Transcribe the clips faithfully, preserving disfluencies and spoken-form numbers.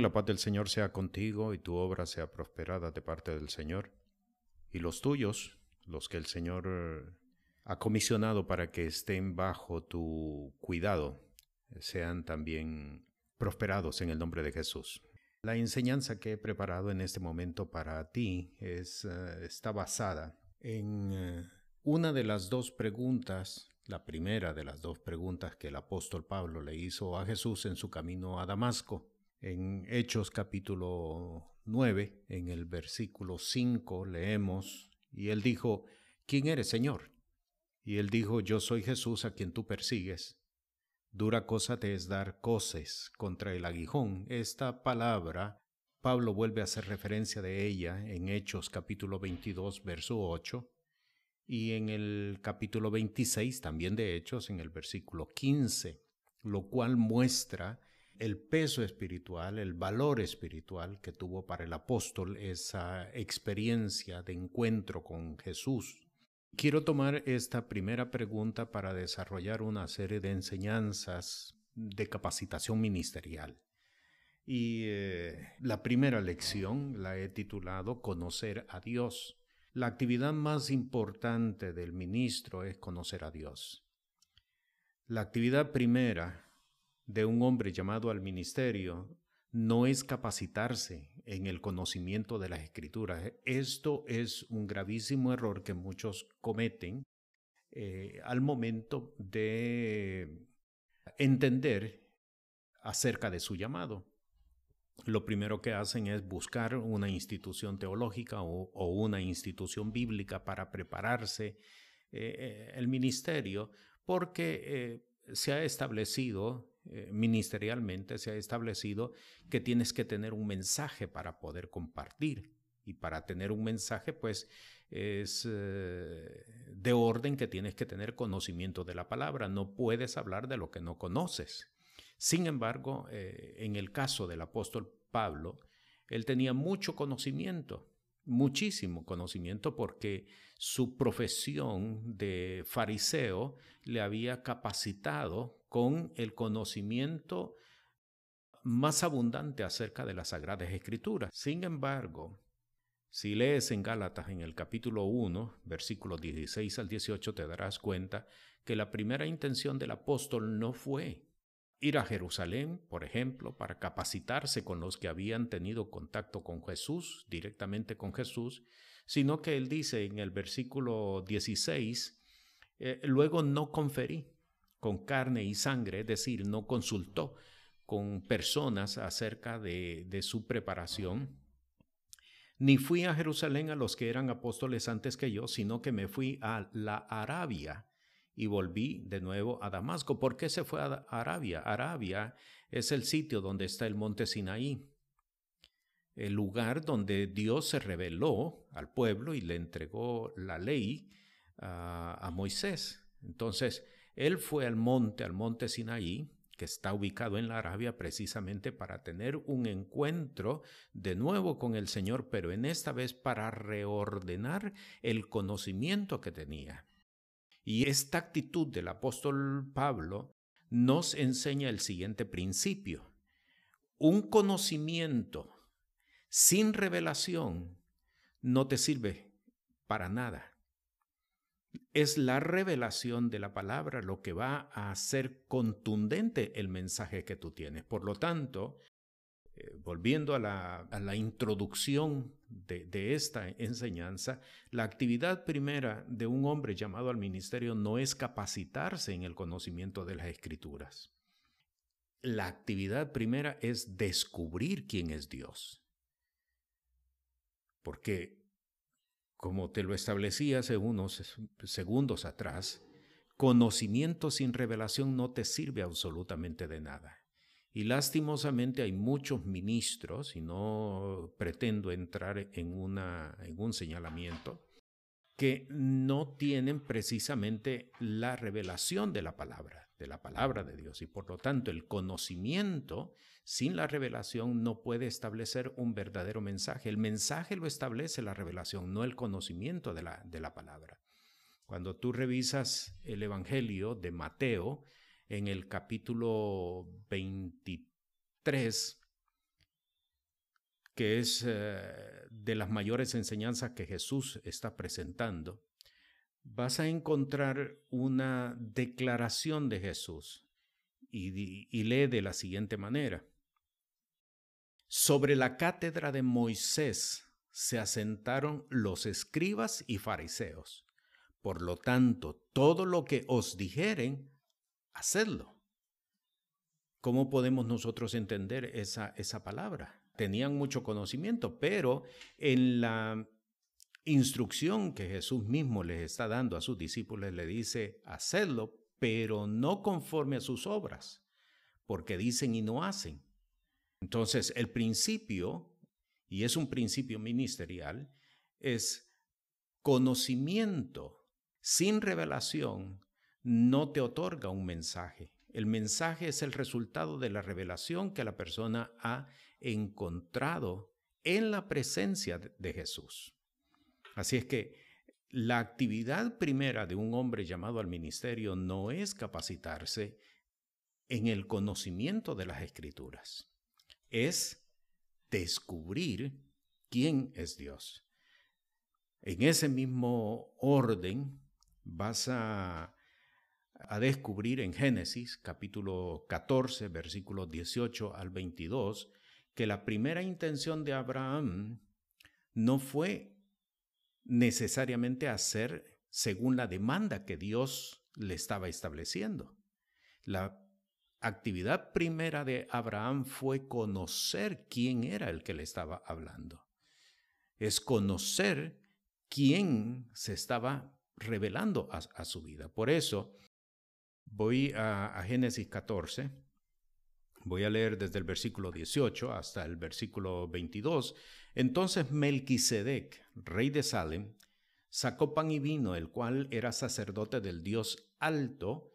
La paz del Señor sea contigo y tu obra sea prosperada de parte del Señor. Y los tuyos, los que el Señor ha comisionado para que estén bajo tu cuidado, sean también prosperados en el nombre de Jesús. La enseñanza que he preparado en este momento para ti es, uh, está basada en uh, una de las dos preguntas, la primera de las dos preguntas que el apóstol Pablo le hizo a Jesús en su camino a Damasco. En Hechos capítulo nueve, en el versículo cinco, leemos, y él dijo, ¿quién eres, Señor? Y él dijo, yo soy Jesús a quien tú persigues. Dura cosa te es dar coces contra el aguijón. Esta palabra, Pablo vuelve a hacer referencia de ella en Hechos capítulo veintidós, verso ocho, y en el capítulo veintiséis, también de Hechos, en el versículo quince, lo cual muestra el peso espiritual, el valor espiritual que tuvo para el apóstol esa experiencia de encuentro con Jesús. Quiero tomar esta primera pregunta para desarrollar una serie de enseñanzas de capacitación ministerial. Y eh, la primera lección la he titulado Conocer a Dios. La actividad más importante del ministro es conocer a Dios. La actividad primera de un hombre llamado al ministerio no es capacitarse en el conocimiento de las Escrituras. Esto es un gravísimo error que muchos cometen eh, al momento de entender acerca de su llamado. Lo primero que hacen es buscar una institución teológica o, o una institución bíblica para prepararse eh, el ministerio, porque eh, se ha establecido, eh, ministerialmente se ha establecido que tienes que tener un mensaje para poder compartir. Y para tener un mensaje, pues, es eh, de orden que tienes que tener conocimiento de la palabra. No puedes hablar de lo que no conoces. Sin embargo, eh, en el caso del apóstol Pablo, él tenía mucho conocimiento, muchísimo conocimiento, porque su profesión de fariseo le había capacitado con el conocimiento más abundante acerca de las Sagradas Escrituras. Sin embargo, si lees en Gálatas en el capítulo uno, versículos dieciséis al dieciocho, te darás cuenta que la primera intención del apóstol no fue ir a Jerusalén, por ejemplo, para capacitarse con los que habían tenido contacto con Jesús, directamente con Jesús, sino que él dice en el versículo dieciséis, eh, luego no conferí con carne y sangre, es decir, no consultó con personas acerca de, de su preparación, ni fui a Jerusalén a los que eran apóstoles antes que yo, sino que me fui a la Arabia y volví de nuevo a Damasco. ¿Por qué se fue a Arabia? Arabia es el sitio donde está el monte Sinaí, el lugar donde Dios se reveló al pueblo y le entregó la ley a, a Moisés. Entonces, él fue al monte, al monte Sinaí, que está ubicado en la Arabia, precisamente para tener un encuentro de nuevo con el Señor, pero en esta vez para reordenar el conocimiento que tenía. Y esta actitud del apóstol Pablo nos enseña el siguiente principio. Un conocimiento sin revelación no te sirve para nada. Es la revelación de la palabra lo que va a hacer contundente el mensaje que tú tienes. Por lo tanto, eh, volviendo a la, a la introducción de, de esta enseñanza, la actividad primera de un hombre llamado al ministerio no es capacitarse en el conocimiento de las Escrituras. La actividad primera es descubrir quién es Dios. Porque, como te lo establecí hace unos segundos atrás, conocimiento sin revelación no te sirve absolutamente de nada. Y lastimosamente hay muchos ministros, y no pretendo entrar en, una, en un señalamiento, que no tienen precisamente la revelación de la palabra, de la palabra de Dios. Y por lo tanto, el conocimiento sin la revelación no puede establecer un verdadero mensaje. El mensaje lo establece la revelación, no el conocimiento de la, de la palabra. Cuando tú revisas el Evangelio de Mateo, en el capítulo veintitrés, que es eh, de las mayores enseñanzas que Jesús está presentando, vas a encontrar una declaración de Jesús y, y lee de la siguiente manera. Sobre la cátedra de Moisés se asentaron los escribas y fariseos. Por lo tanto, todo lo que os dijeren, hacedlo. ¿Cómo podemos nosotros entender esa, esa palabra? Tenían mucho conocimiento, pero en la instrucción que Jesús mismo les está dando a sus discípulos, le dice, hacedlo, pero no conforme a sus obras, porque dicen y no hacen. Entonces, el principio, y es un principio ministerial, es conocimiento sin revelación no te otorga un mensaje. El mensaje es el resultado de la revelación que la persona ha encontrado en la presencia de Jesús. Así es que la actividad primera de un hombre llamado al ministerio no es capacitarse en el conocimiento de las Escrituras, es descubrir quién es Dios. En ese mismo orden vas a, a descubrir en Génesis capítulo catorce, versículos dieciocho al veintidós, que la primera intención de Abraham no fue necesariamente hacer según la demanda que Dios le estaba estableciendo. La actividad primera de Abraham fue conocer quién era el que le estaba hablando. Es conocer quién se estaba revelando a, a su vida. Por eso voy a, a Génesis catorce, voy a leer desde el versículo dieciocho hasta el versículo veintidós. Entonces Melquisedec, rey de Salem, sacó pan y vino, el cual era sacerdote del Dios alto,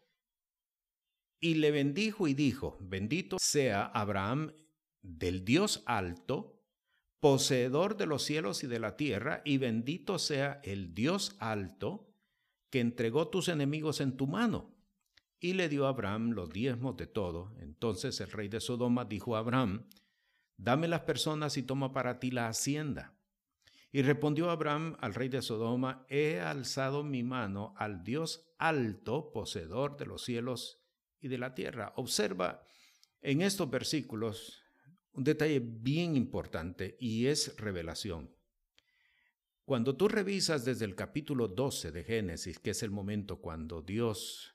y le bendijo y dijo, bendito sea Abraham del Dios alto, poseedor de los cielos y de la tierra, y bendito sea el Dios alto, que entregó tus enemigos en tu mano. Y le dio a Abraham los diezmos de todo. Entonces el rey de Sodoma dijo a Abraham, dame las personas y toma para ti la hacienda. Y respondió Abraham al rey de Sodoma, he alzado mi mano al Dios alto, poseedor de los cielos y de la tierra. Observa en estos versículos un detalle bien importante y es revelación. Cuando tú revisas desde el capítulo doce de Génesis, que es el momento cuando Dios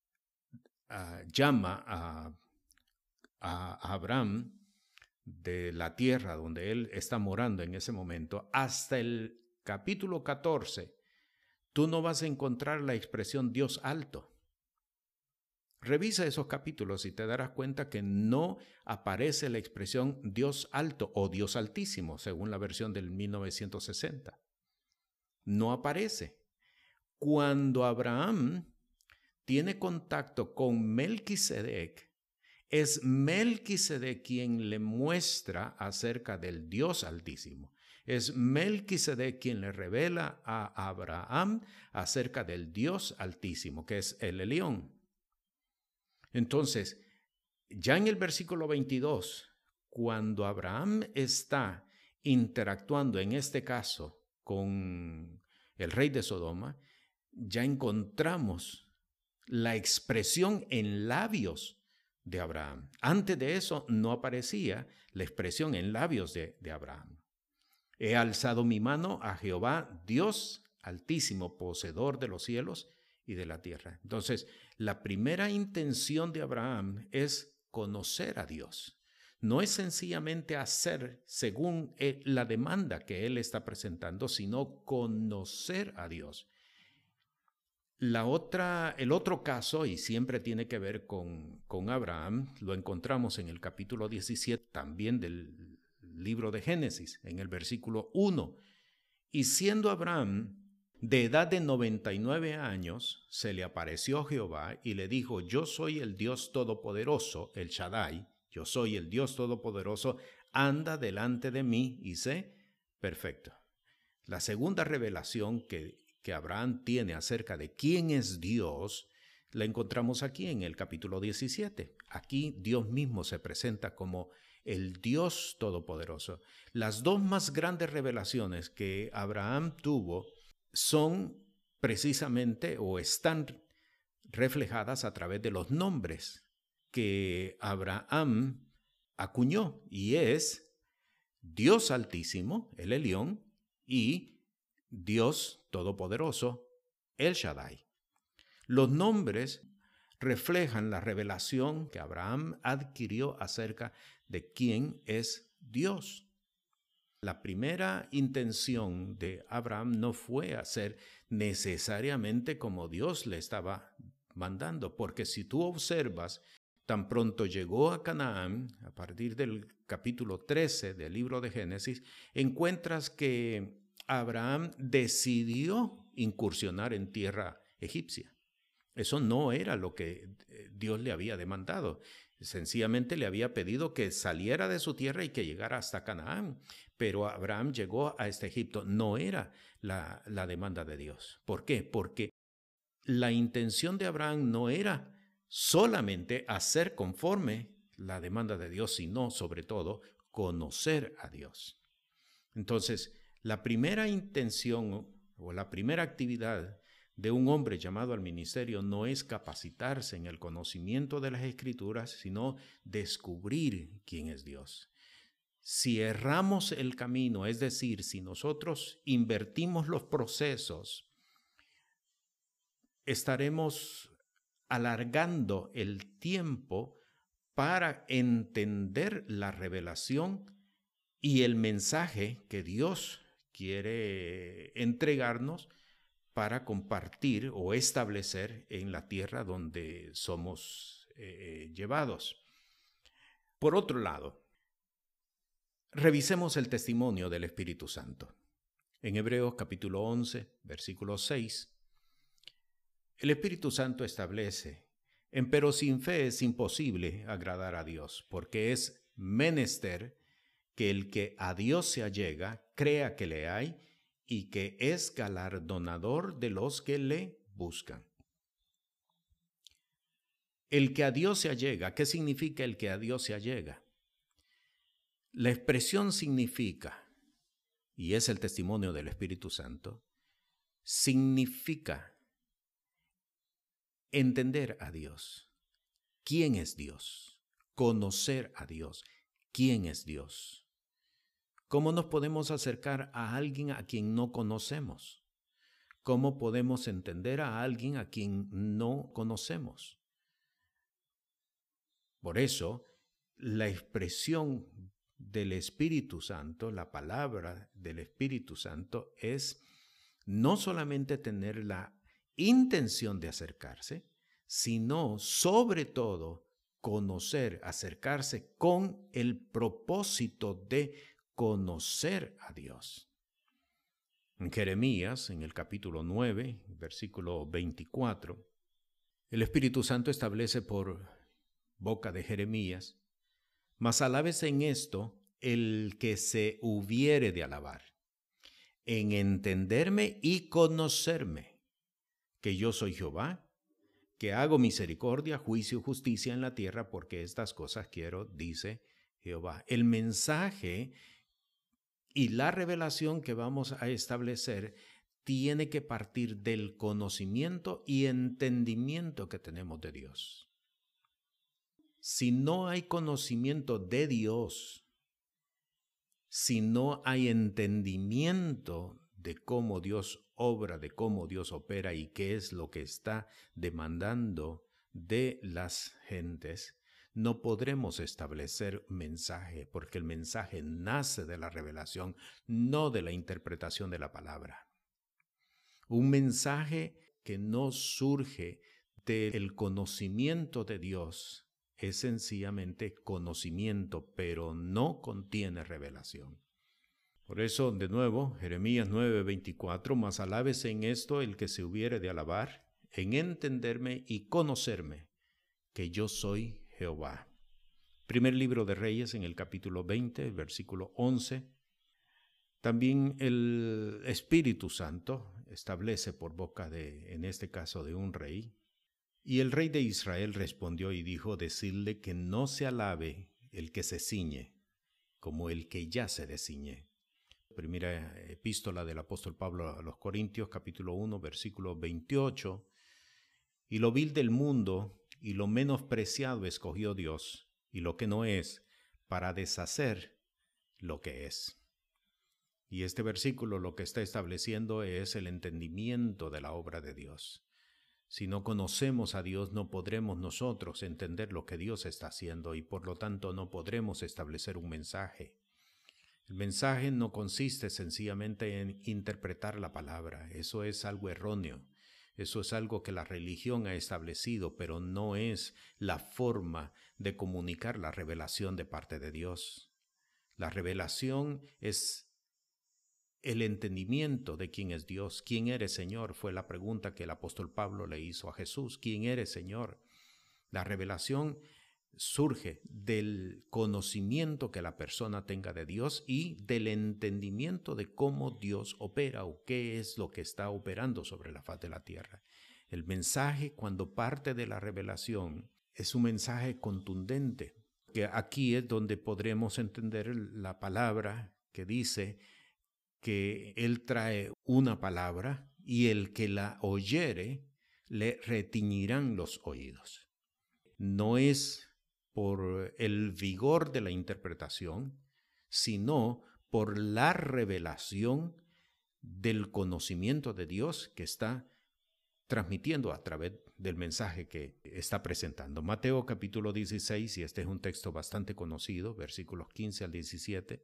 uh, llama a, a Abraham de la tierra donde él está morando en ese momento, hasta el capítulo catorce, tú no vas a encontrar la expresión Dios alto. Revisa esos capítulos y te darás cuenta que no aparece la expresión Dios alto o Dios altísimo, según la versión del mil novecientos sesenta. No aparece. Cuando Abraham tiene contacto con Melquisedec, es Melquisedec quien le muestra acerca del Dios altísimo. Es Melquisedec quien le revela a Abraham acerca del Dios altísimo, que es el Elión. Entonces, ya en el versículo veintidós, cuando Abraham está interactuando en este caso con el rey de Sodoma, ya encontramos la expresión en labios de Abraham. Antes de eso no aparecía la expresión en labios de, de Abraham. He alzado mi mano a Jehová, Dios altísimo, poseedor de los cielos y de la tierra. Entonces, la primera intención de Abraham es conocer a Dios. No es sencillamente hacer según la demanda que él está presentando, sino conocer a Dios. La otra, el otro caso, y siempre tiene que ver con, con Abraham, lo encontramos en el capítulo diecisiete también del libro de Génesis, en el versículo uno. Y siendo Abraham de edad de noventa y nueve años, se le apareció Jehová y le dijo, yo soy el Dios Todopoderoso, el Shaddai, yo soy el Dios Todopoderoso, anda delante de mí y sé perfecto. La segunda revelación que, que Abraham tiene acerca de quién es Dios, la encontramos aquí en el capítulo diecisiete. Aquí Dios mismo se presenta como el Dios Todopoderoso. Las dos más grandes revelaciones que Abraham tuvo son precisamente o están reflejadas a través de los nombres que Abraham acuñó, y es Dios Altísimo, el Elión, y Dios Todopoderoso, El Shaddai. Los nombres reflejan la revelación que Abraham adquirió acerca de quién es Dios. La primera intención de Abraham no fue hacer necesariamente como Dios le estaba mandando, porque si tú observas, tan pronto llegó a Canaán, a partir del capítulo trece del libro de Génesis, encuentras que Abraham decidió incursionar en tierra egipcia. Eso no era lo que Dios le había demandado. Sencillamente le había pedido que saliera de su tierra y que llegara hasta Canaán. Pero Abraham llegó a este Egipto. No era la, la demanda de Dios. ¿Por qué? Porque la intención de Abraham no era solamente hacer conforme la demanda de Dios, sino sobre todo conocer a Dios. Entonces, la primera intención o la primera actividad de un hombre llamado al ministerio no es capacitarse en el conocimiento de las Escrituras, sino descubrir quién es Dios. Si erramos el camino, es decir, si nosotros invertimos los procesos, estaremos alargando el tiempo para entender la revelación y el mensaje que Dios quiere entregarnos para compartir o establecer en la tierra donde somos eh, llevados. Por otro lado, revisemos el testimonio del Espíritu Santo. En Hebreos capítulo once, versículo seis, el Espíritu Santo establece: empero sin fe es imposible agradar a Dios, porque es menester que el que a Dios se allega crea que le hay y que es galardonador de los que le buscan. El que a Dios se allega, ¿qué significa el que a Dios se allega? La expresión significa, y es el testimonio del Espíritu Santo, significa entender a Dios. ¿Quién es Dios? Conocer a Dios. ¿Quién es Dios? ¿Cómo nos podemos acercar a alguien a quien no conocemos? ¿Cómo podemos entender a alguien a quien no conocemos? Por eso, la expresión del Espíritu Santo, la palabra del Espíritu Santo, es no solamente tener la intención de acercarse, sino sobre todo conocer, acercarse con el propósito de conocer a Dios. En Jeremías, en el capítulo nueve, versículo veinticuatro, el Espíritu Santo establece por boca de Jeremías: mas alábese en esto el que se hubiere de alabar, en entenderme y conocerme, que yo soy Jehová, que hago misericordia, juicio y justicia en la tierra, porque estas cosas quiero, dice Jehová. El mensaje y la revelación que vamos a establecer tiene que partir del conocimiento y entendimiento que tenemos de Dios. Si no hay conocimiento de Dios, si no hay entendimiento de cómo Dios obra, de cómo Dios opera y qué es lo que está demandando de las gentes, no podremos establecer mensaje, porque el mensaje nace de la revelación, no de la interpretación de la palabra. Un mensaje que no surge del conocimiento de Dios es sencillamente conocimiento, pero no contiene revelación. Por eso, de nuevo, Jeremías nueve veinticuatro, mas alábese en esto el que se hubiere de alabar, en entenderme y conocerme, que yo soy Jehová. Primer libro de Reyes, en el capítulo veinte, versículo once. También el Espíritu Santo establece por boca de, en este caso, de un rey. Y el rey de Israel respondió y dijo: decidle que no se alabe el que se ciñe, como el que ya se desciñe. Primera epístola del apóstol Pablo a los Corintios, capítulo uno, versículo veintiocho. Y lo vil del mundo y lo menospreciado escogió Dios, y lo que no es, para deshacer lo que es. Y este versículo lo que está estableciendo es el entendimiento de la obra de Dios. Si no conocemos a Dios, no podremos nosotros entender lo que Dios está haciendo y por lo tanto no podremos establecer un mensaje. El mensaje no consiste sencillamente en interpretar la palabra. Eso es algo erróneo. Eso es algo que la religión ha establecido, pero no es la forma de comunicar la revelación de parte de Dios. La revelación es el entendimiento de quién es Dios. ¿Quién eres, Señor? Fue la pregunta que el apóstol Pablo le hizo a Jesús. ¿Quién eres, Señor? La revelación surge del conocimiento que la persona tenga de Dios y del entendimiento de cómo Dios opera o qué es lo que está operando sobre la faz de la tierra. El mensaje, cuando parte de la revelación, es un mensaje contundente, que aquí es donde podremos entender la palabra que dice que Él trae una palabra y el que la oyere le retiñirán los oídos. No es por el vigor de la interpretación, sino por la revelación del conocimiento de Dios que está transmitiendo a través del mensaje que está presentando. Mateo capítulo dieciséis, y este es un texto bastante conocido, versículos quince al diecisiete,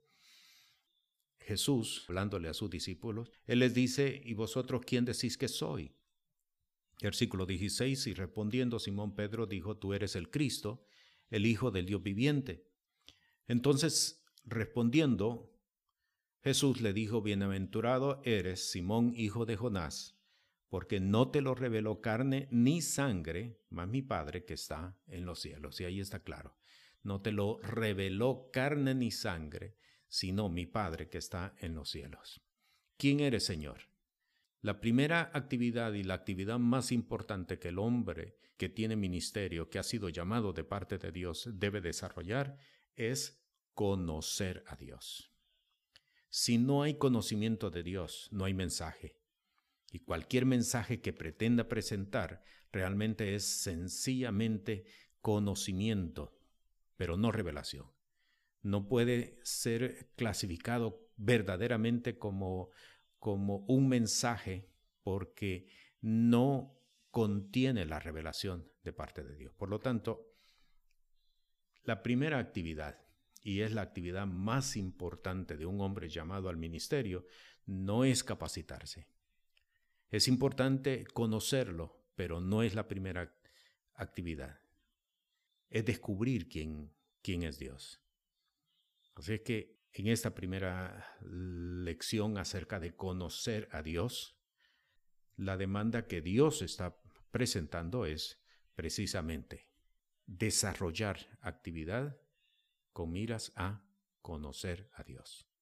Jesús, hablándole a sus discípulos, Él les dice, ¿y vosotros quién decís que soy? Versículo dieciséis, y respondiendo Simón Pedro dijo, tú eres el Cristo, el Hijo del Dios viviente. Entonces, respondiendo, Jesús le dijo, bienaventurado eres, Simón, hijo de Jonás, porque no te lo reveló carne ni sangre, mas mi Padre que está en los cielos. Y ahí está claro, no te lo reveló carne ni sangre, sino mi Padre que está en los cielos. ¿Quién eres, Señor? La primera actividad y la actividad más importante que el hombre que tiene ministerio, que ha sido llamado de parte de Dios, debe desarrollar es conocer a Dios. Si no hay conocimiento de Dios, no hay mensaje. Y cualquier mensaje que pretenda presentar realmente es sencillamente conocimiento, pero no revelación. No puede ser clasificado verdaderamente como como un mensaje porque no contiene la revelación de parte de Dios. Por lo tanto, la primera actividad, y es la actividad más importante de un hombre llamado al ministerio, no es capacitarse. Es importante conocerlo, pero no es la primera actividad. Es descubrir quién, quién es Dios. Así es que en esta primera lección acerca de conocer a Dios, la demanda que Dios está presentando es precisamente desarrollar actividad con miras a conocer a Dios.